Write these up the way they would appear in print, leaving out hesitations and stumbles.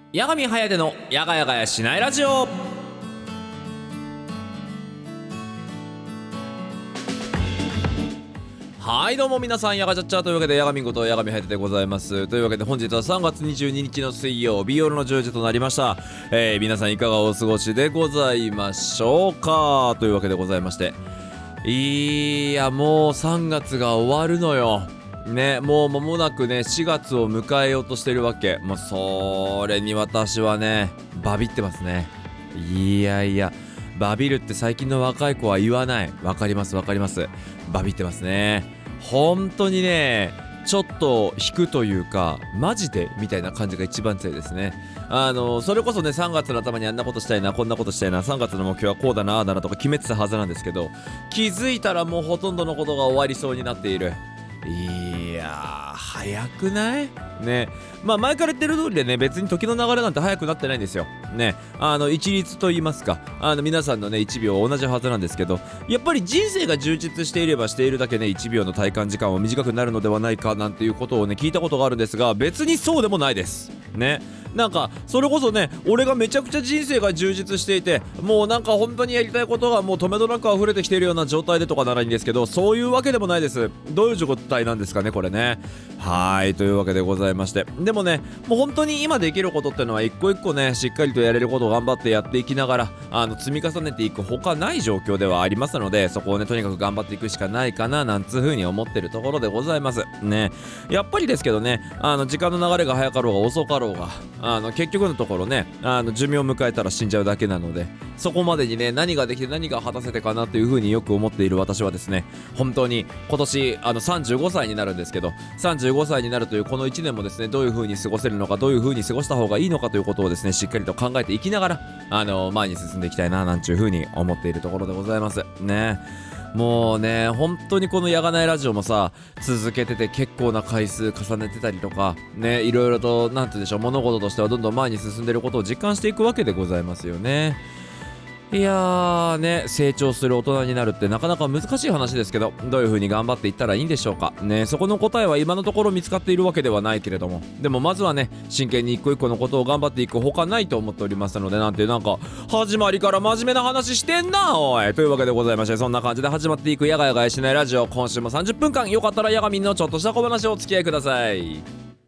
八神颯のやがやがやしないラジオ。はいどうも皆さん、やがちゃっちゃというわけで、やがみんことやがみはやてでございます。というわけで本日は3月22日の水曜日夜の10時となりました。皆さんいかがお過ごしでございましょうかというわけでございまして、いやもう3月が終わるのよね。もう間もなくね4月を迎えようとしてるわけ。もうそれに私はねバビってますね。いやバビるって最近の若い子は言わない。わかりますバビってますね。本当にねちょっと引くというかマジでみたいな感じが一番強いですね。それこそね3月の頭にあんなことしたいなこんなことしたいな、3月の目標はこうだなああだなとか決めてたはずなんですけど、気づいたらもうほとんどのことが終わりそうになっている。いやー早くないね。まあ前から言ってる通りでね、別に時の流れなんて早くなってないんですよね。一律と言いますか、皆さんのね1秒は同じはずなんですけど、やっぱり人生が充実していればしているだけね1秒の体感時間は短くなるのではないかなんていうことをね聞いたことがあるんですが、別にそうでもないですね。なんかそれこそね、俺がめちゃくちゃ人生が充実していて、もうなんか本当にやりたいことがもう止めどなく溢れてきているような状態でとかならいいんですけど、そういうわけでもないです。どういう状態なんですかねこれね。はいというわけでございまして、でもねもう本当に今できることってのは一個一個ねしっかりとやれることを頑張ってやっていきながら積み重ねていくほかない状況ではありますので、そこをねとにかく頑張っていくしかないかななんつう風に思ってるところでございますね。やっぱりですけどね、時間の流れが早かろうが遅かろうが結局のところね寿命を迎えたら死んじゃうだけなので、そこまでにね何ができて何が果たせてかなという風によく思っている私はですね、本当に今年35歳になるんですけど、35歳になるというこの1年もですねどういう風に過ごせるのか、どういう風に過ごした方がいいのかということをですねしっかりと考えていきながら前に進んでいきたいななんていう風に思っているところでございますね。もうね本当にこのやがないラジオもさ続けてて結構な回数重ねてたりとかね、いろいろとなんて言うんでしょう、物事としてはどんどん前に進んでいることを実感していくわけでございますよね。いやーね、成長する大人になるってなかなか難しい話ですけど、どういう風に頑張っていったらいいんでしょうかね。そこの答えは今のところ見つかっているわけではないけれども、でもまずはね真剣に一個一個のことを頑張っていくほかないと思っておりますので、なんか始まりから真面目な話してんなおいというわけでございまして、そんな感じで始まっていくやがやがやしないラジオ、今週も30分間よかったらやがみんのちょっとした小話をお付き合いください。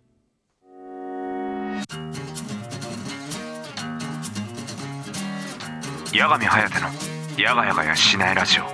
八神颯のやがやがやしないラジオ。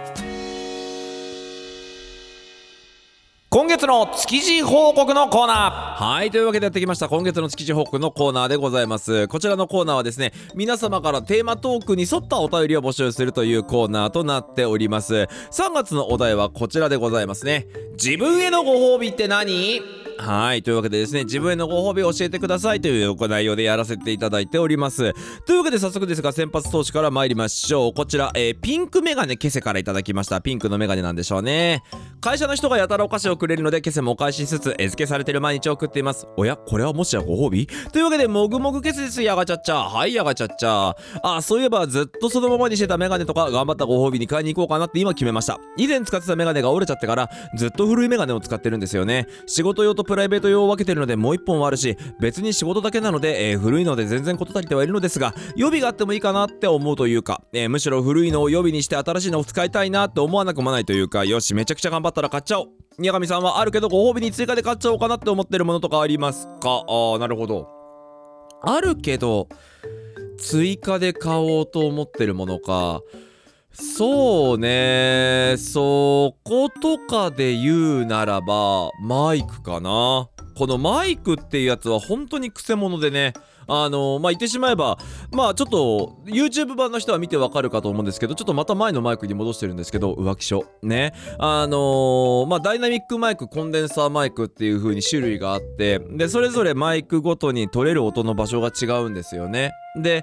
今月の築地報告のコーナー。はいというわけでやってきました今月の築地報告のコーナーでございます。こちらのコーナーはですね、皆様からテーマトークに沿ったお便りを募集するというコーナーとなっております。3月のお題はこちらでございますね。自分へのご褒美って何？はいというわけでですね、自分へのご褒美を教えてくださいという内容でやらせていただいております。というわけで早速ですが先発投手から参りましょう。こちら、ピンクメガネケセからいただきました。ピンクのメガネなんでしょうね。会社の人がやたらお菓子をくれるのでケセもお返ししつつ餌付けされてる毎日を送っています。おやこれはもしやご褒美というわけでもぐもぐケセです。やがちゃっちゃ。はいやがちゃっちゃ。そういえばずっとそのままにしてたメガネとか頑張ったご褒美に買いに行こうかなって今決めました。以前使ってたメガネが折れちゃってからずっと古いメガネを使ってるんですよね。仕事用とプライベート用を分けてるのでもう一本はあるし、別に仕事だけなので、古いので全然事足りてはいるのですが、予備があってもいいかなって思うというか、むしろ古いのを予備にして新しいのを使いたいなって思わなくもないというか、よしめちゃくちゃ頑張ったら買っちゃおう。八神さんはあるけどご褒美に追加で買っちゃおうかなって思ってるものとかありますか？なるほど。あるけど追加で買おうと思ってるものか。そうね、そことかで言うならばマイクかな。このマイクっていうやつは本当にクセモノでね、言ってしまえばちょっと YouTube 版の人は見てわかるかと思うんですけど、ちょっとまた前のマイクに戻してるんですけど、浮気症ね。ダイナミックマイク、コンデンサーマイクっていう風に種類があって、でそれぞれマイクごとに取れる音の場所が違うんですよね。で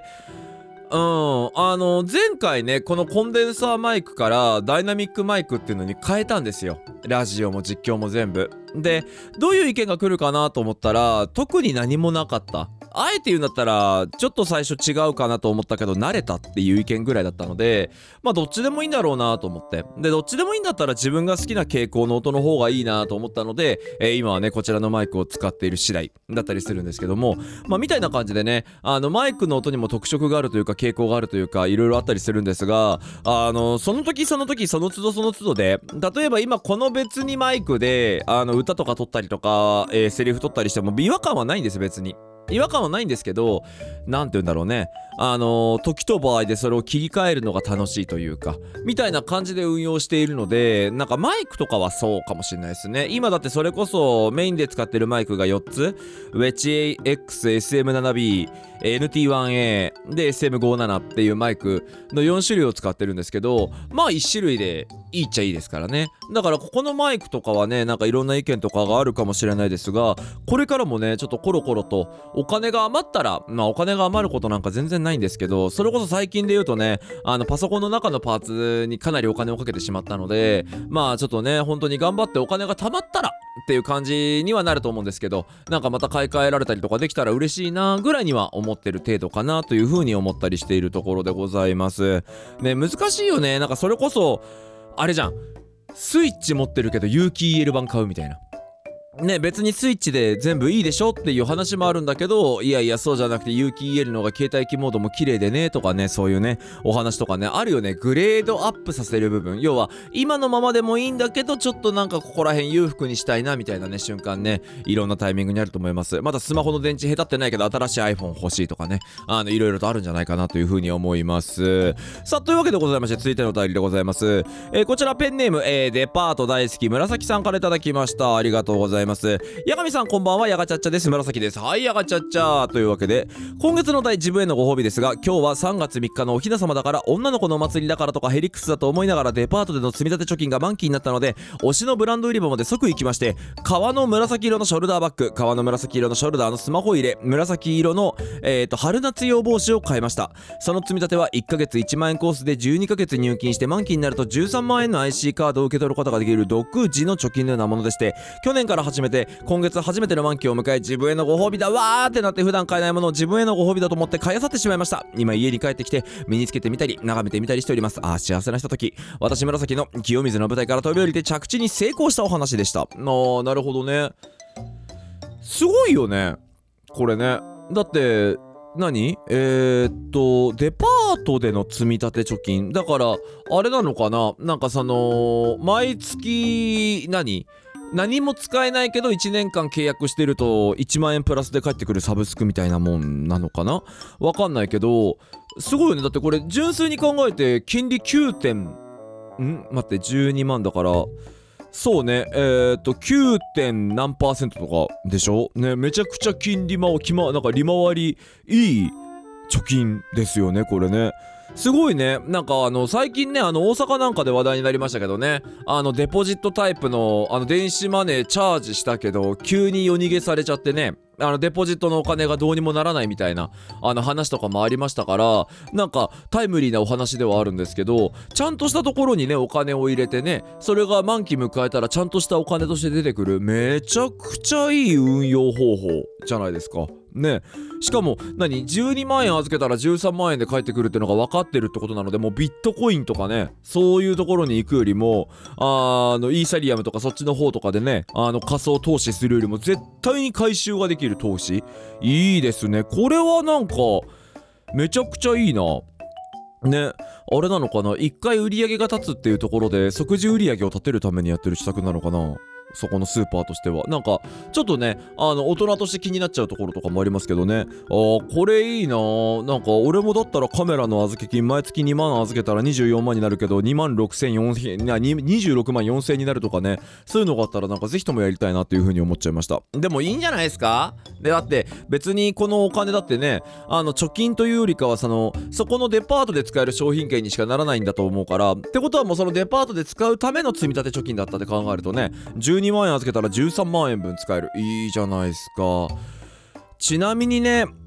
前回ねこのコンデンサーマイクからダイナミックマイクっていうのに変えたんですよ。ラジオも実況も全部で、どういう意見が来るかなと思ったら特に何もなかった。あえて言うんだったらちょっと最初違うかなと思ったけど慣れたっていう意見ぐらいだったので、まあどっちでもいいんだろうなと思って、でどっちでもいいんだったら自分が好きな傾向の音の方がいいなと思ったので、今はねこちらのマイクを使っている次第だったりするんですけども、まあみたいな感じでね、マイクの音にも特色があるというか傾向があるというかいろいろあったりするんですが、その時その時その都度その都度で、例えば今この別にマイクで歌とか撮ったりとか、セリフ撮ったりしても違和感はないんです。別に違和感はないんですけど、なんて言うんだろうね、時と場合でそれを切り替えるのが楽しいというかみたいな感じで運用しているので、なんかマイクとかはそうかもしれないですね。今だってそれこそメインで使ってるマイクが4つ、ウェッジ AX、SM7B、NT1A で SM57 っていうマイクの4種類を使ってるんですけど、まあ1種類でいいっちゃいいですからね。だからここのマイクとかはね、なんかいろんな意見とかがあるかもしれないですが、これからもねちょっとコロコロとお金が余ったら、まあお金が余ることなんか全然ないんですけど、それこそ最近で言うとね、パソコンの中のパーツにかなりお金をかけてしまったので、まあちょっとね本当に頑張ってお金が貯まったらっていう感じにはなると思うんですけど、なんかまた買い替えられたりとかできたら嬉しいなぐらいには思ってる程度かなという風に思ったりしているところでございますね。難しいよね。なんかそれこそあれじゃん、スイッチ持ってるけど有機 EL 版買うみたいなね、別にスイッチで全部いいでしょっていう話もあるんだけど、いやいやそうじゃなくて有機 EL の方が携帯機モードも綺麗でねとかね、そういうねお話とかねあるよね。グレードアップさせる部分、要は今のままでもいいんだけどちょっとなんかここら辺裕福にしたいなみたいなね瞬間ね、いろんなタイミングにあると思います。まだスマホの電池下手ってないけど新しい iPhone 欲しいとかね、いろいろとあるんじゃないかなというふうに思います。さあというわけでございまして、続いてのお便りでございます。こちらペンネーム、デパート大好き紫さんからいただきました。ありがとうございます。やがみさんこんばんは、やがちゃっちゃです。紫です。はい、やがちゃっちゃというわけで、今月の題自分へのご褒美ですが、今日は3月3日のおひな様だから女の子のお祭りだからとかヘリクスだと思いながらデパートでの積み立て貯金が満期になったので、推しのブランド売り場まで即行きまして、革の紫色のショルダーバッグ、革の紫色のショルダーのスマホ入れ、紫色の春夏用帽子を買いました。その積み立ては1ヶ月1万円コースで12ヶ月入金して満期になると13万円の IC カードを受け取ることができる独自の貯金のようなものでして、去年から始めて今月初めての満期を迎え、自分へのご褒美だわーってなって普段買えないものを自分へのご褒美だと思って買い漁ってしまいました。今家に帰ってきて身につけてみたり眺めてみたりしております。幸せなひととき。私紫の清水の舞台から飛び降りて着地に成功したお話でした。なるほどね。すごいよねこれね。だって何デパートでの積み立て貯金だからあれなのかな、なんかその毎月何も使えないけど1年間契約してると1万円プラスで返ってくるサブスクみたいなもんなのかな、わかんないけどすごいよね。だってこれ純粋に考えて金利9点待って12万だからそうね9. 点何%とかでしょね。めちゃくちゃ金利なんか利回りいい貯金ですよねこれね。すごいね。なんか最近ね大阪なんかで話題になりましたけどね、デポジットタイプの電子マネーチャージしたけど急に夜逃げされちゃってね、デポジットのお金がどうにもならないみたいな話とかもありましたから、なんかタイムリーなお話ではあるんですけど、ちゃんとしたところにねお金を入れてね、それが満期迎えたらちゃんとしたお金として出てくる、めちゃくちゃいい運用方法じゃないですかね。しかも12万円預けたら13万円で返ってくるってのが分かってるってことなので、もうビットコインとかねそういうところに行くよりもイーサリアムとかそっちの方とかでね仮想投資するよりも絶対に回収ができる投資、いいですねこれは。なんかめちゃくちゃいいなね。あれなのかな、一回売り上げが立つっていうところで即時売り上げを立てるためにやってる施策なのかな、そこのスーパーとしては。なんかちょっとね大人として気になっちゃうところとかもありますけどね。これいいな。なんか俺もだったらカメラの預け金毎月2万預けたら24万になるけど2万6400 26万4000円になるとかね、そういうのがあったらなんかぜひともやりたいなっていう風に思っちゃいました。でもいいんじゃないですか。でだって別にこのお金だってね貯金というよりかはそこのデパートで使える商品券にしかならないんだと思うから、ってことはもうそのデパートで使うための積み立て貯金だったって考えるとね、12万円預けたら13万円分使える、いいじゃないですか。ちなみにね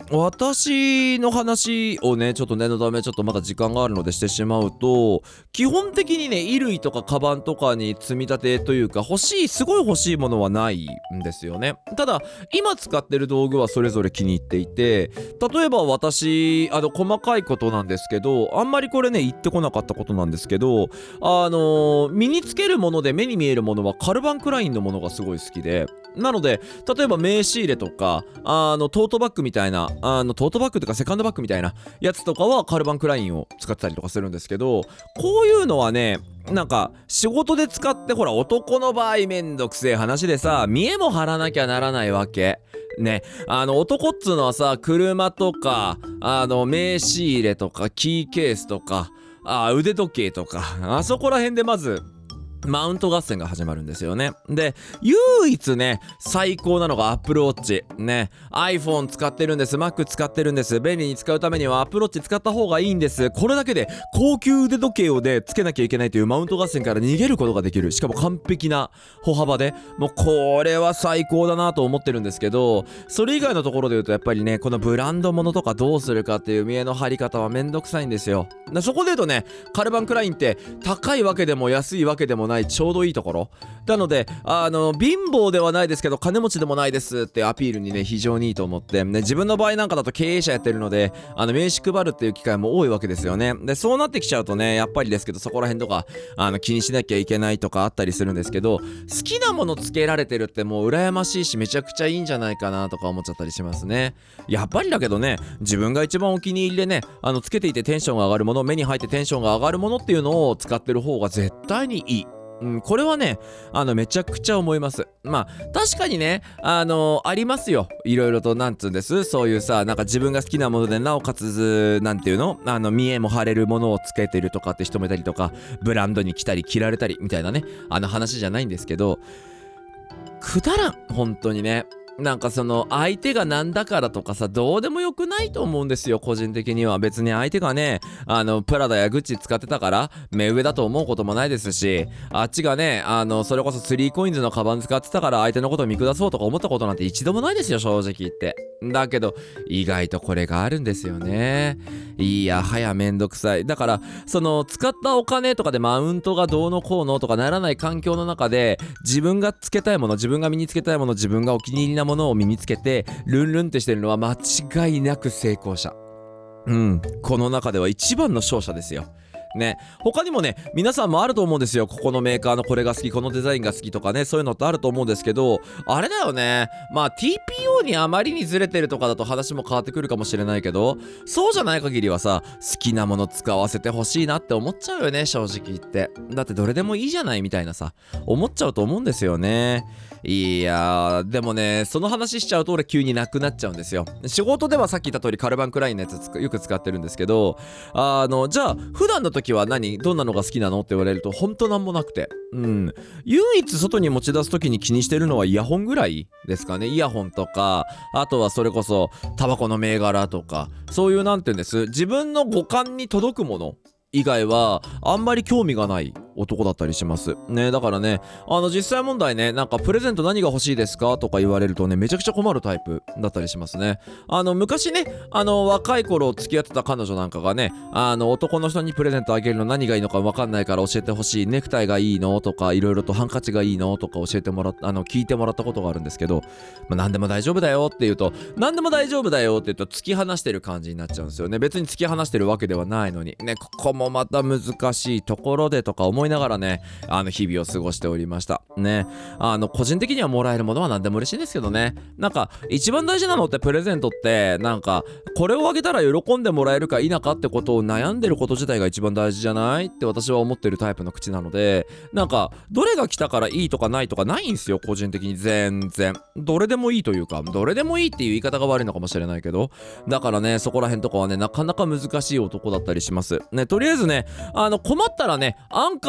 私の話をねちょっと念のためちょっとまだ時間があるのでしてしまうと、基本的にね衣類とかカバンとかに積み立てというかすごい欲しいものはないんですよね。ただ今使ってる道具はそれぞれ気に入っていて、例えば私細かいことなんですけど、あんまりこれね言ってこなかったことなんですけど、身につけるもので目に見えるものはカルバンクラインのものがすごい好きで、なので例えば名刺入れとかトートバッグみたいなトートバッグとかセカンドバッグみたいなやつとかはカルバンクラインを使ってたりとかするんですけど、こういうのはねなんか仕事で使って、ほら男の場合めんどくせえ話でさ、見栄も張らなきゃならないわけね。男っつうのはさ、車とか名刺入れとかキーケースとか腕時計とか、あそこら辺でまずマウント合戦が始まるんですよね。で、唯一ね最高なのが Apple Watch ね。 iPhone 使ってるんです、 Mac 使ってるんです。便利に使うためには Apple Watch 使った方がいいんです。これだけで高級腕時計をねつけなきゃいけないというマウント合戦から逃げることができる。しかも完璧な歩幅で、もうこれは最高だなと思ってるんですけど、それ以外のところで言うとやっぱりね、このブランド物とかどうするかっていう見栄の張り方はめんどくさいんですよ。そこで言うとね、カルバンクラインって高いわけでも安いわけでもないちょうどいいところなので、貧乏ではないですけど金持ちでもないですってアピールにね非常にいいと思ってね。自分の場合なんかだと経営者やってるので名刺配るっていう機会も多いわけですよね。でそうなってきちゃうとね、やっぱりですけどそこら辺とか気にしなきゃいけないとかあったりするんですけど、好きなものつけられてるってもう羨ましいしめちゃくちゃいいんじゃないかなとか思っちゃったりしますね。やっぱりだけどね、自分が一番お気に入りでねつけていてテンションが上がるもの、目に入ってテンションが上がるものっていうのを使ってる方が絶対にいい。これはねめちゃくちゃ思います。まあ確かにねありますよ、いろいろと。なんつうんです、そういうさ、なんか自分が好きなものでなおかつなんていうの見栄も張れるものをつけてるとかって人もいたりとか、ブランドに来たり着られたりみたいなね話じゃないんですけど、くだらん本当にね。なんかその相手がなんだからとかさ、どうでもよくないと思うんですよ個人的には。別に相手がねプラダやグッチ使ってたから目上だと思うこともないですし、あっちがねそれこそ3COINSのカバン使ってたから相手のことを見下そうとか思ったことなんて一度もないですよ正直言って。だけど意外とこれがあるんですよね。いやはやめんどくさい。だからその使ったお金とかでマウントがどうのこうのとかならない環境の中で、自分がつけたいもの、自分が身につけたいもの、自分がお気に入りなものを身につけてルンルンってしてるのは間違いなく成功者。この中では一番の勝者ですよね。他にもね皆さんもあると思うんですよ。ここのメーカーのこれが好き、このデザインが好きとかね、そういうのってあると思うんですけど、あれだよね、まあ TPO にあまりにずれてるとかだと話も変わってくるかもしれないけど、そうじゃない限りはさ、好きなもの使わせてほしいなって思っちゃうよね正直言って。だってどれでもいいじゃないみたいなさ思っちゃうと思うんですよね。いやーでもね、その話しちゃうと俺急になくなっちゃうんですよ。仕事ではさっき言った通りカルバンクラインのやつよく使ってるんですけど、じゃあ普段の時はどんなのが好きなのって言われるとほんとなんもなくて、唯一外に持ち出す時に気にしてるのはイヤホンぐらいですかね。イヤホンとか、あとはそれこそタバコの銘柄とか、そういうなんていうんです、自分の五感に届くもの以外はあんまり興味がない男だったりしますね。だからね実際問題ね、なんかプレゼント何が欲しいですかとか言われるとねめちゃくちゃ困るタイプだったりしますね。昔ね若い頃付き合ってた彼女なんかがね男の人にプレゼントあげるの何がいいのか分かんないから教えてほしい、ネクタイがいいのとかいろいろとハンカチがいいのとか教えてもらった聞いてもらったことがあるんですけど、何でも大丈夫だよって言うと、何でも大丈夫だよって言うと突き放してる感じになっちゃうんですよね。別に突き放してるわけではないのにね。ここもまた難しいところでとか思いながらね日々を過ごしておりましたね。個人的にはもらえるものは何でも嬉しいんですけどね、なんか一番大事なのってプレゼントってなんかこれをあげたら喜んでもらえるか否かってことを悩んでること自体が一番大事じゃないって私は思ってるタイプの口なので、なんかどれが来たからいいとかないとかないんですよ個人的に。全然どれでもいいというか、どれでもいいっていう言い方が悪いのかもしれないけど、だからねそこら辺とかはねなかなか難しい男だったりしますね。とりあえずね困ったらねアンカー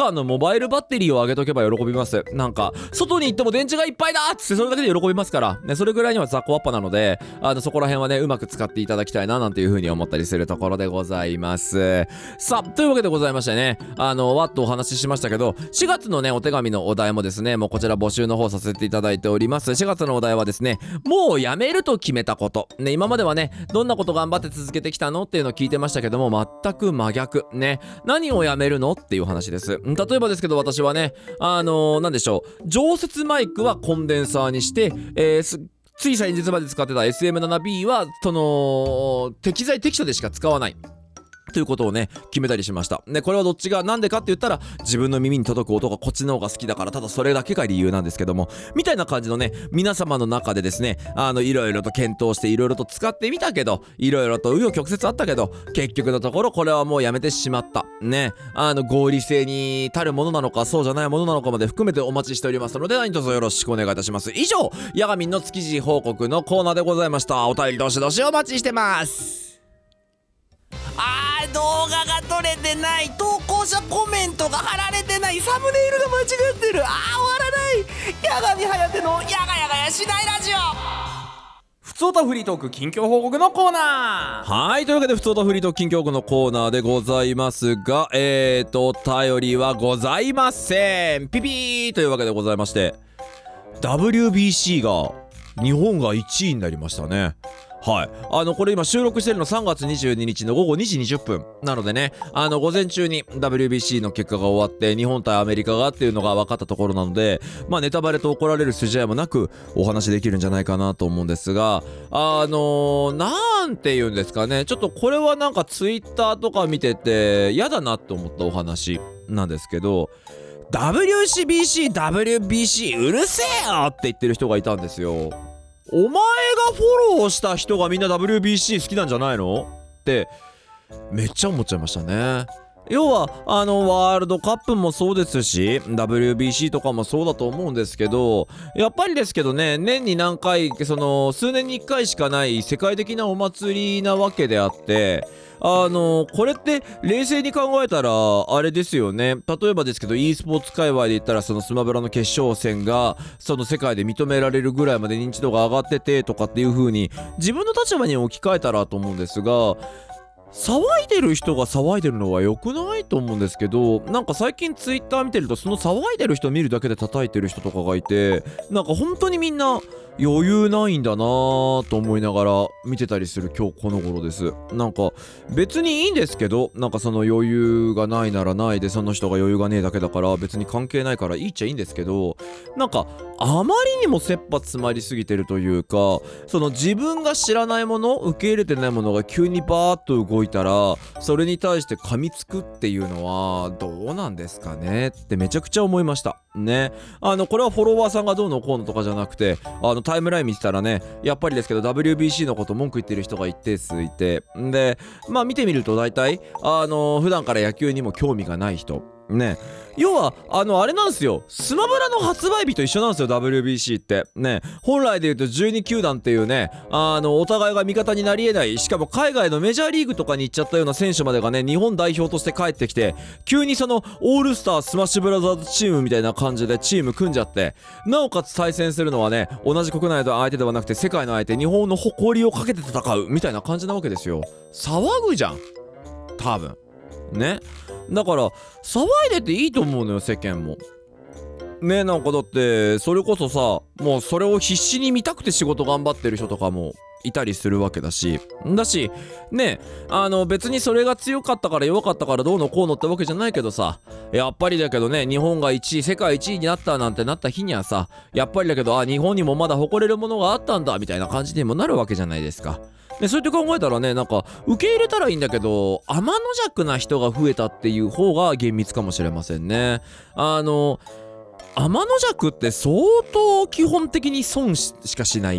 モバイルバッテリーを上げとけば喜びます。なんか外に行っても電池がいっぱいだっつってそれだけで喜びますからね。それぐらいには雑魚アッパなので、そこら辺はねうまく使っていただきたいななんていう風に思ったりするところでございます。さあというわけでございましてね、わっとお話ししましたけど、4月のねお手紙のお題もですね、もうこちら募集の方させていただいております。4月のお題はですね、もうやめると決めたことね。今まではねどんなこと頑張って続けてきたのっていうのを聞いてましたけども、全く真逆ね。何をやめるのっていう話です。例えばですけど、私はねなんでしょう、常設マイクはコンデンサーにして、つい先日まで使ってた SM7B はその適材適所でしか使わないということをね決めたりしました。でこれはどっちがなんでかって言ったら、自分の耳に届く音がこっちの方が好きだから、ただそれだけが理由なんですけども、みたいな感じのね、皆様の中でですね、いろいろと検討していろいろと使ってみたけど、いろいろと紆余曲折あったけど、結局のところこれはもうやめてしまったね。合理性に足るものなのかそうじゃないものなのかまで含めてお待ちしておりますので、何卒よろしくお願いいたします。以上、ヤガミンの築地報告のコーナーでございました。お便りどしどしお待ちしてます。動画が撮れてない、投稿者コメントが貼られてない、サムネイルが間違ってる、終わらない。矢神颯のやがやがやしないラジオ。ふつおたフリートーク近況報告のコーナー。はい、というわけでふつおたフリートーク近況報告のコーナーでございますが、お便りはございません。ピピーというわけでございまして、 WBC が日本が1位になりましたね。はい、これ今収録してるの3月22日の午後2時20分なのでね、午前中に WBC の結果が終わって日本対アメリカがっていうのが分かったところなので、ネタバレと怒られる筋合いもなくお話できるんじゃないかなと思うんですが、なんて言うんですかね、ちょっとこれはなんかツイッターとか見てて嫌だなと思ったお話なんですけど、 WBC うるせえよって言ってる人がいたんですよ。お前がフォローした人がみんな WBC 好きなんじゃないのってめっちゃ思っちゃいましたね。要はワールドカップもそうですし WBC とかもそうだと思うんですけど、やっぱりですけどね、年に何回その数年に1回しかない世界的なお祭りなわけであって、これって冷静に考えたらあれですよね。例えばですけど e スポーツ界隈で言ったら、そのスマブラの決勝戦がその世界で認められるぐらいまで認知度が上がっててとかっていう風に自分の立場に置き換えたらと思うんですが、騒いでる人が騒いでるのは良くないと思うんですけど、なんか最近ツイッター見てると、その騒いでる人見るだけで叩いてる人とかがいて、なんか本当にみんな余裕ないんだなと思いながら見てたりする今日この頃です。なんか別にいいんですけど、なんかその余裕がないならないで、その人が余裕がねえだけだから別に関係ないからいいっちゃいいんですけど、なんかあまりにも切羽詰まりすぎてるというか、その自分が知らないもの、受け入れてないものが急にバーッと動いたら、それに対して噛みつくっていうのはどうなんですかねってめちゃくちゃ思いましたね。これはフォロワーさんがどうのこうのとかじゃなくて、タイムライン見てたらね、やっぱりですけど WBC のこと文句言ってる人が一定数いて、で見てみると大体普段から野球にも興味がない人ね、要はあれなんですよ、スマブラの発売日と一緒なんですよ WBC ってね。本来で言うと12球団っていうね、お互いが味方になり得ない、しかも海外のメジャーリーグとかに行っちゃったような選手までがね、日本代表として帰ってきて、急にそのオールスタースマッシュブラザーズチームみたいな感じでチーム組んじゃって、なおかつ対戦するのはね、同じ国内の相手ではなくて世界の相手、日本の誇りをかけて戦うみたいな感じなわけですよ。騒ぐじゃん多分ね。だから騒いでていいと思うのよ世間もね。なんかだってそれこそさ、もうそれを必死に見たくて仕事頑張ってる人とかもいたりするわけだしね、別にそれが強かったから弱かったからどうのこうのってわけじゃないけどさ、やっぱりだけどね、日本が1位世界1位になったなんてなった日にはさ、やっぱりだけど日本にもまだ誇れるものがあったんだみたいな感じにもなるわけじゃないですか。でそうやって考えたらね、なんか受け入れたらいいんだけど、天の弱な人が増えたっていう方が厳密かもしれませんね。天の弱って相当基本的に損しかしない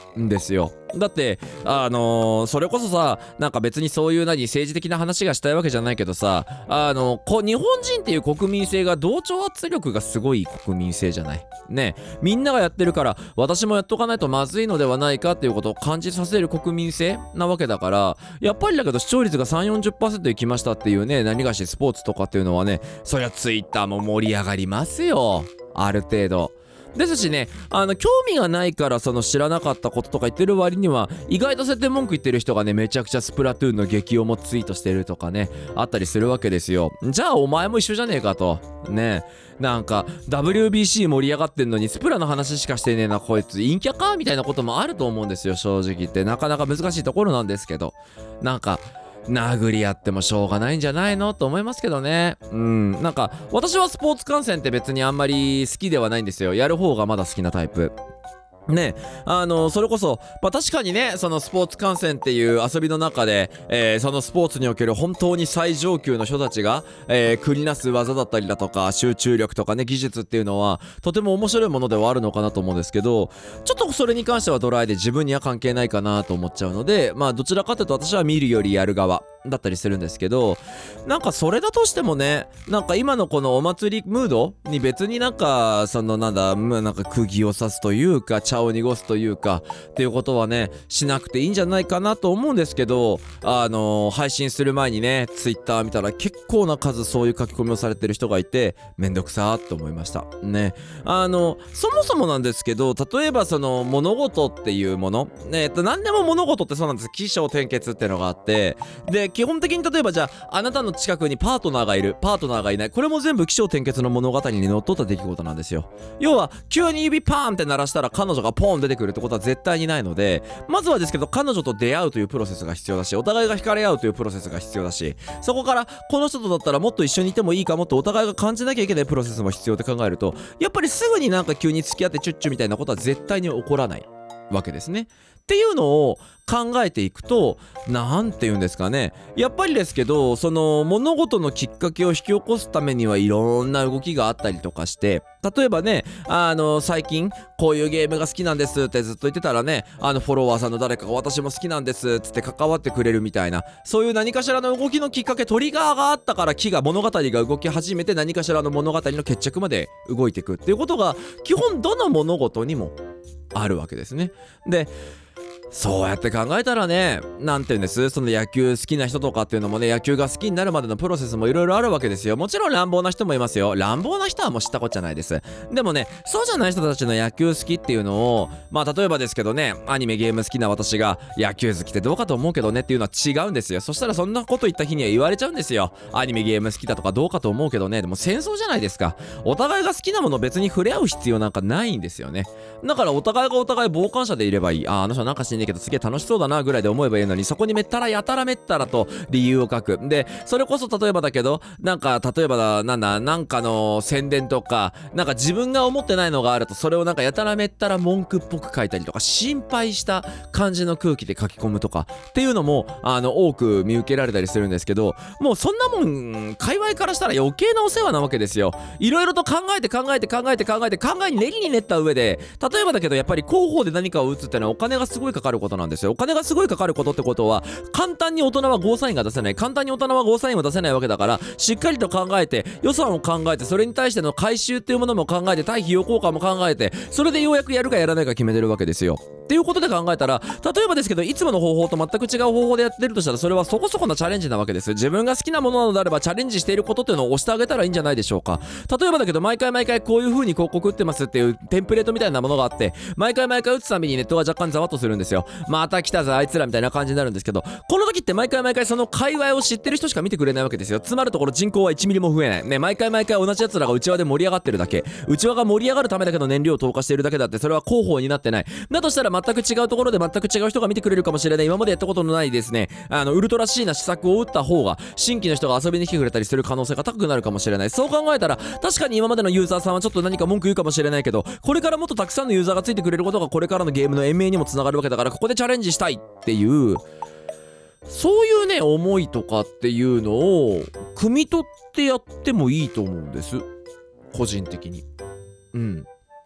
んですよ。だってそれこそさ、なんか別にそういう政治的な話がしたいわけじゃないけどさ、日本人っていう国民性が同調圧力がすごい国民性じゃないね。みんながやってるから私もやっとかないとまずいのではないかっていうことを感じさせる国民性なわけだから、やっぱりだけど視聴率が 3,40% いきましたっていうね、何がしスポーツとかっていうのはね、そりゃツイッターも盛り上がりますよ、ある程度。ですしね、興味がないからその知らなかったこととか言ってる割には、意外とそうやって文句言ってる人がね、めちゃくちゃスプラトゥーンの激をもツイートしてるとかね、あったりするわけですよ。じゃあお前も一緒じゃねえかとね。なんか WBC 盛り上がってんのにスプラの話しかしてねえなこいつ陰キャかみたいなこともあると思うんですよ。正直言ってなかなか難しいところなんですけど、なんか殴り合ってもしょうがないんじゃないのと思いますけどね。なんか私はスポーツ観戦って別にあんまり好きではないんですよ。やる方がまだ好きなタイプね。それこそ、確かにね、そのスポーツ観戦っていう遊びの中で、そのスポーツにおける本当に最上級の人たちが、繰りなす技だったりだとか集中力とかね、技術っていうのはとても面白いものではあるのかなと思うんですけど、ちょっとそれに関してはドライで自分には関係ないかなと思っちゃうので、どちらかというと私は見るよりやる側だったりするんですけど、なんかそれだとしてもね、なんか今のこのお祭りムードに別になんかそのなんか釘を刺すというか茶を濁すというかっていうことはねしなくていいんじゃないかなと思うんですけど、配信する前にねツイッター見たら結構な数そういう書き込みをされてる人がいて、めんどくさーって思いましたね。そもそもなんですけど、例えばその物事っていうもの何でも物事ってそうなんです。起承転結っていうのがあって、で基本的に例えばじゃあなたの近くにパートナーがいる、パートナーがいない、これも全部起承転結の物語にのっとった出来事なんですよ。要は急に指パーンって鳴らしたら彼女がポーン出てくるってことは絶対にないので、まずはですけど彼女と出会うというプロセスが必要だし、お互いが惹かれ合うというプロセスが必要だし、そこからこの人とだったらもっと一緒にいてもいいかもとお互いが感じなきゃいけないプロセスも必要って考えると、やっぱりすぐになんか急に付き合ってチュッチュみたいなことは絶対に起こらないわけですね。っていうのを考えていくと、なんて言うんですかね、やっぱりですけど、その物事のきっかけを引き起こすためにはいろんな動きがあったりとかして、例えばね、最近こういうゲームが好きなんですってずっと言ってたらね、フォロワーさんの誰かが私も好きなんですっつって関わってくれるみたいな、そういう何かしらの動きのきっかけ、トリガーがあったから物語が動き始めて、何かしらの物語の決着まで動いていくっていうことが基本どの物事にもあるわけですね。でそうやって考えたらね、なんていうんです、その野球好きな人とかっていうのもね、野球が好きになるまでのプロセスもいろいろあるわけですよ。もちろん乱暴な人もいますよ。乱暴な人はもう知ったことじゃないです。でもね、そうじゃない人たちの野球好きっていうのを、例えばですけどね、アニメゲーム好きな私が野球好きってどうかと思うけどねっていうのは違うんですよ。そしたらそんなこと言った日には言われちゃうんですよ。アニメゲーム好きだとかどうかと思うけどね、でも戦争じゃないですか。お互いが好きなもの別に触れ合う必要なんかないんですよね。だからお互いがお互い傍観者でいればいい。あの人なんか知んねえけどすげえ楽しそうだなぐらいで思えばいいのに、そこにやたらめったらと理由を書く。でそれこそ例えばだけど、なんか例えばなんかの宣伝とか、なんか自分が思ってないのがあると、それをなんかやたらめったら文句っぽく書いたりとか、心配した感じの空気で書き込むとかっていうのも多く見受けられたりするんですけど、もうそんなもん界隈からしたら余計なお世話なわけですよ。いろいろと考えに練りに練った上で、例えばだけどやっぱり広報で何かを打つってのはお金がすごいかかることなんですよ。お金がすごいかかることってことは、簡単に大人はゴーサインが出せない、簡単に大人はゴーサインを出せないわけだから、しっかりと考えて、予算を考えて、それに対しての回収っていうものも考えて、対費用効果も考えて、それでようやくやるかやらないか決めてるわけですよ。っていうことで考えたら、例えばですけど、いつもの方法と全く違う方法でやってるとしたら、それはそこそこなチャレンジなわけです。自分が好きなものなのであれば、チャレンジしていることっていうのを押してあげたらいいんじゃないでしょうか。例えばだけど、毎回こういう風に広告打ってますっていうテンプレートみたいなものがあって、毎回打つたびにネットが若干ざわっとするんですよ。また来たぞあいつらみたいな感じになるんですけど、この時って毎回その界隈を知ってる人しか見てくれないわけですよ。つまるところ人口は1ミリも増えないね。毎回同じ奴らが内輪で盛り上がってるだけ、内輪が盛り上がるためだけの燃料を投下しているだけだって、それは広報になってない。だとしたら全く違うところで全く違う人が見てくれるかもしれない。今までやったことのないですね、ウルトラシーな施策を打った方が新規の人が遊びに来てくれたりする可能性が高くなるかもしれない。そう考えたら確かに今までのユーザーさんはちょっと何か文句言うかもしれないけど、これからもっとたくさんのユーザーがついてくれることがこれからのゲームの延命にもつながるわけだから、ここでチャレンジしたいっていう、そういうね思いとかっていうのを汲み取ってやってもいいと思うんです、個人的に。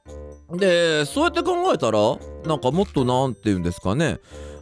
でそうやって考えたらなんかもっとなんて言うんですかね、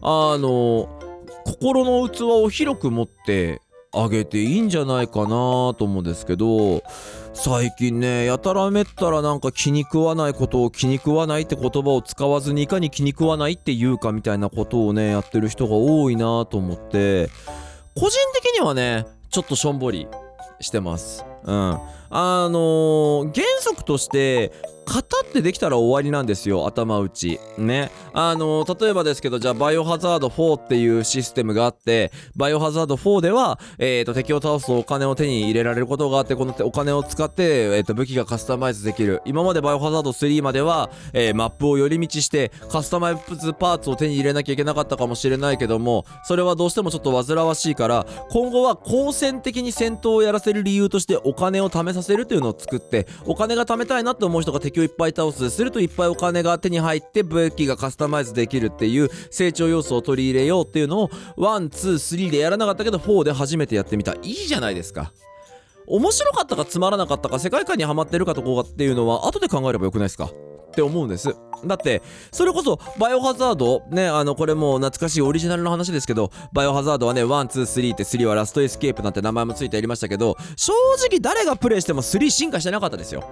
心の器を広く持ってあげていいんじゃないかなと思うんですけど、最近ねやたらめったらなんか気に食わないことを気に食わないって言葉を使わずにいかに気に食わないって言うかみたいなことをねやってる人が多いなと思って、個人的にはねちょっとしょんぼりしてます。原則として型ってできたら終わりなんですよ、頭打ちね。例えばですけど、じゃあバイオハザード4っていうシステムがあって、バイオハザード4では敵を倒すとお金を手に入れられることがあって、このお金を使って武器がカスタマイズできる。今までバイオハザード3まではマップを寄り道してカスタマイズパーツを手に入れなきゃいけなかったかもしれないけども、それはどうしてもちょっと煩わしいから、今後は好戦的に戦闘をやらせる理由としてお金を貯めさせるというのを作って、お金が貯めたいなって思う人が敵をいっぱい倒するといっぱいお金が手に入って武器がカスタマイズできるっていう成長要素を取り入れようっていうのを1、2、3でやらなかったけど4で初めてやってみた。いいじゃないですか。面白かったかつまらなかったか世界観にはまってるかとこっていうのは後で考えればよくないですかって思うんです。だってそれこそバイオハザードね、これもう懐かしいオリジナルの話ですけど、バイオハザードはね1、2、3って3はラストエスケープなんて名前もついてやりましたけど、正直誰がプレイしても3進化してなかったですよ。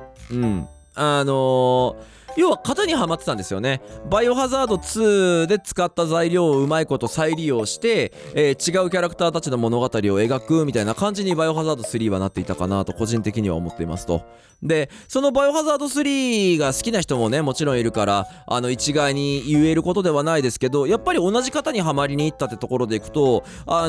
要は型にはまってたんですよね。バイオハザード2で使った材料をうまいこと再利用して、違うキャラクターたちの物語を描くみたいな感じにバイオハザード3はなっていたかなと個人的には思っていますと。でそのバイオハザード3が好きな人もねもちろんいるから、一概に言えることではないですけど、やっぱり同じ型にはまりに行ったってところでいくと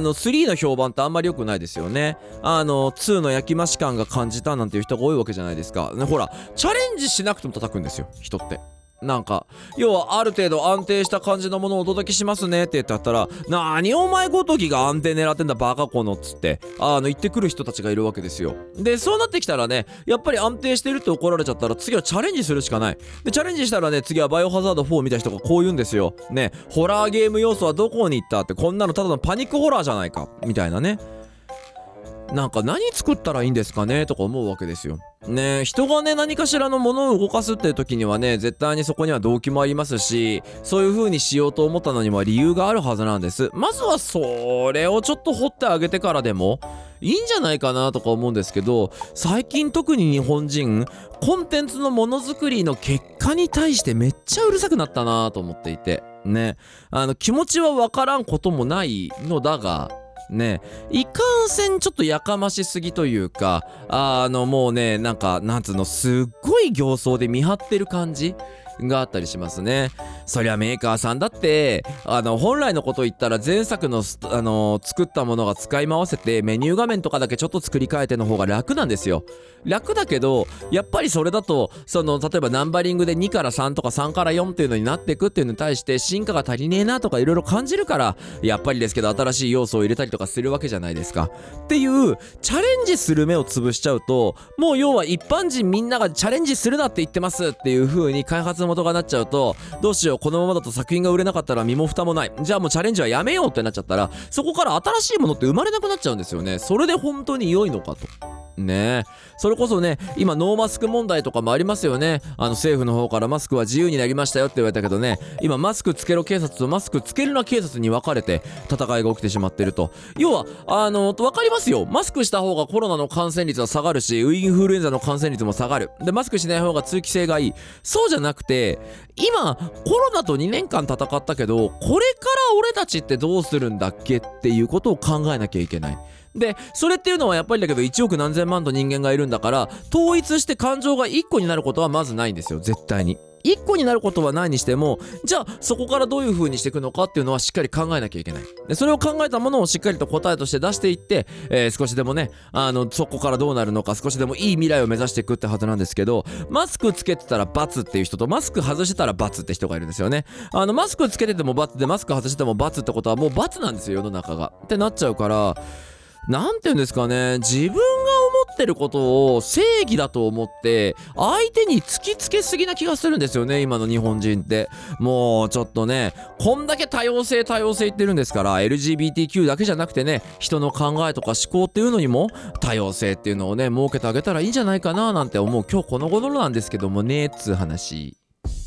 3の評判ってあんまり良くないですよね。2の焼き増し感が感じたなんていう人が多いわけじゃないですか、ね、ほらチャレンジしなくても叩くんですよ人って。なんか要はある程度安定した感じのものをお届けしますねって言ってあったら、なにお前ごときが安定狙ってんだバカこのっつって言ってくる人たちがいるわけですよ。でそうなってきたらね、やっぱり安定してるって怒られちゃったら次はチャレンジするしかない。でチャレンジしたらね、次はバイオハザード4見た人がこう言うんですよね。ホラーゲーム要素はどこに行ったって、こんなのただのパニックホラーじゃないかみたいなね。なんか何作ったらいいんですかねとか思うわけですよ。ね、人がね何かしらのものを動かすっていう時にはね、絶対にそこには動機もありますし、そういう風にしようと思ったのには理由があるはずなんです。まずはそれをちょっと掘ってあげてからでもいいんじゃないかなとか思うんですけど、最近特に日本人コンテンツのものづくりの結果に対してめっちゃうるさくなったなと思っていてね、気持ちはわからんこともないのだがね、いかんせんちょっとやかましすぎというか、もうねなんつうの、すっごい形相で見張ってる感じがあったりしますね。そりゃメーカーさんだって本来のこと言ったら前作の作ったものが使い回せてメニュー画面とかだけちょっと作り変えての方が楽なんですよ。楽だけどやっぱりそれだと例えばナンバリングで2から3とか3から4っていうのになっていくっていうのに対して進化が足りねえなとかいろいろ感じるから、やっぱりですけど新しい要素を入れたりとかするわけじゃないですか。っていうチャレンジする目を潰しちゃうと、もう要は一般人みんながチャレンジするなって言ってますっていう風に開発の元がなっちゃうと、どうしようこのままだと作品が売れなかったら身も蓋もない、じゃあもうチャレンジはやめようってなっちゃったら、そこから新しいものって生まれなくなっちゃうんですよね。それで本当に良いのかとね。それこそね今ノーマスク問題とかもありますよね。政府の方からマスクは自由になりましたよって言われたけどね、今マスクつけろ警察とマスクつけるな警察に分かれて戦いが起きてしまってると。要は分かりますよ、マスクした方がコロナの感染率は下がるしインフルエンザの感染率も下がる。でマスクしない方が通気性がいい。そうじゃなくて、今コロナと2年間戦ったけど、これから俺たちってどうするんだっけっていうことを考えなきゃいけない。でそれっていうのはやっぱりだけど1億何千万と人間がいるんだから、統一して感情が1個になることはまずないんですよ。絶対に1個になることはないにしても、じゃあそこからどういう風にしていくのかっていうのはしっかり考えなきゃいけない。でそれを考えたものをしっかりと答えとして出していって、少しでもねそこからどうなるのか、少しでもいい未来を目指していくってはずなんですけど、マスクつけてたら×っていう人とマスク外してたら×って人がいるんですよね。マスクつけてても×でマスク外してても×ってことはもう×なんですよ世の中がってなっちゃうから、なんて言うんですかね、自分が思ってることを正義だと思って相手に突きつけすぎな気がするんですよね今の日本人って。もうちょっとね、こんだけ多様性言ってるんですから、 LGBTQ だけじゃなくてね、人の考えとか思考っていうのにも多様性っていうのをね設けてあげたらいいんじゃないかななんて思う今日この頃なんですけどもね、つう話。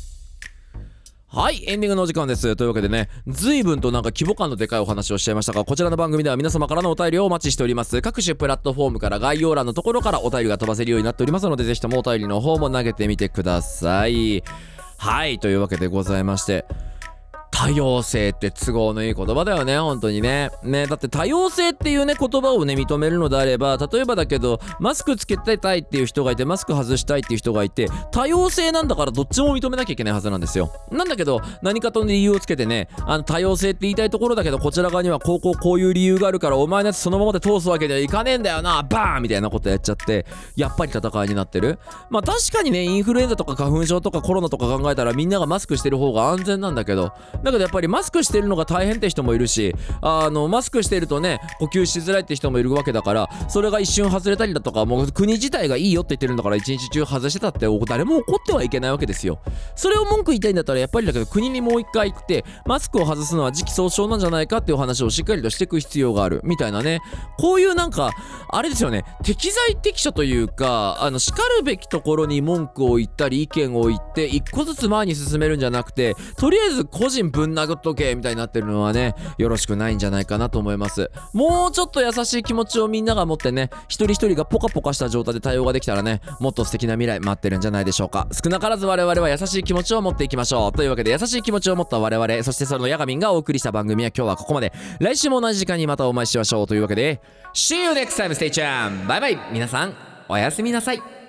はい、エンディングのお時間です。というわけでね、随分となんか規模感のでかいお話をしちゃいましたが、こちらの番組では皆様からのお便りをお待ちしております。各種プラットフォームから概要欄のところからお便りが飛ばせるようになっておりますので、ぜひともお便りの方も投げてみてください。はい、というわけでございまして、多様性って都合のいい言葉だよね、本当にね。だって多様性っていうね、言葉をね、認めるのであれば、例えばだけど、マスクつけたいっていう人がいて、マスク外したいっていう人がいて、多様性なんだからどっちも認めなきゃいけないはずなんですよ。なんだけど、何かと理由をつけてね、多様性って言いたいところだけど、こちら側にはこういう理由があるから、お前のやつそのままで通すわけにはいかねえんだよな、バーンみたいなことやっちゃって、やっぱり戦いになってる。まあ確かにね、インフルエンザとか花粉症とかコロナとか考えたらみんながマスクしてる方が安全なんだけど、やっぱりマスクしてるのが大変って人もいるし、マスクしてるとね呼吸しづらいって人もいるわけだから、それが一瞬外れたりだとか、もう国自体がいいよって言ってるんだから一日中外してたって誰も怒ってはいけないわけですよ。それを文句言いたいんだったらやっぱりだけど国にもう一回行ってマスクを外すのは時期尚早なんじゃないかっていう話をしっかりとしていく必要があるみたいなね。こういうなんかあれですよね、適材適所というか、叱るべきところに文句を言ったり意見を言って一個ずつ前に進めるんじゃなくて、とりあえず個人ぶん殴っとけみたいになってるのはね、よろしくないんじゃないかなと思います。もうちょっと優しい気持ちをみんなが持ってね、一人一人がポカポカした状態で対応ができたらね、もっと素敵な未来待ってるんじゃないでしょうか。少なからず我々は優しい気持ちを持っていきましょう。というわけで、優しい気持ちを持った我々、そしてそのヤガミンがお送りした番組は今日はここまで。来週も同じ時間にまたお会いしましょう。というわけで See you next time, stay tuned! バイバイ。皆さんおやすみなさい。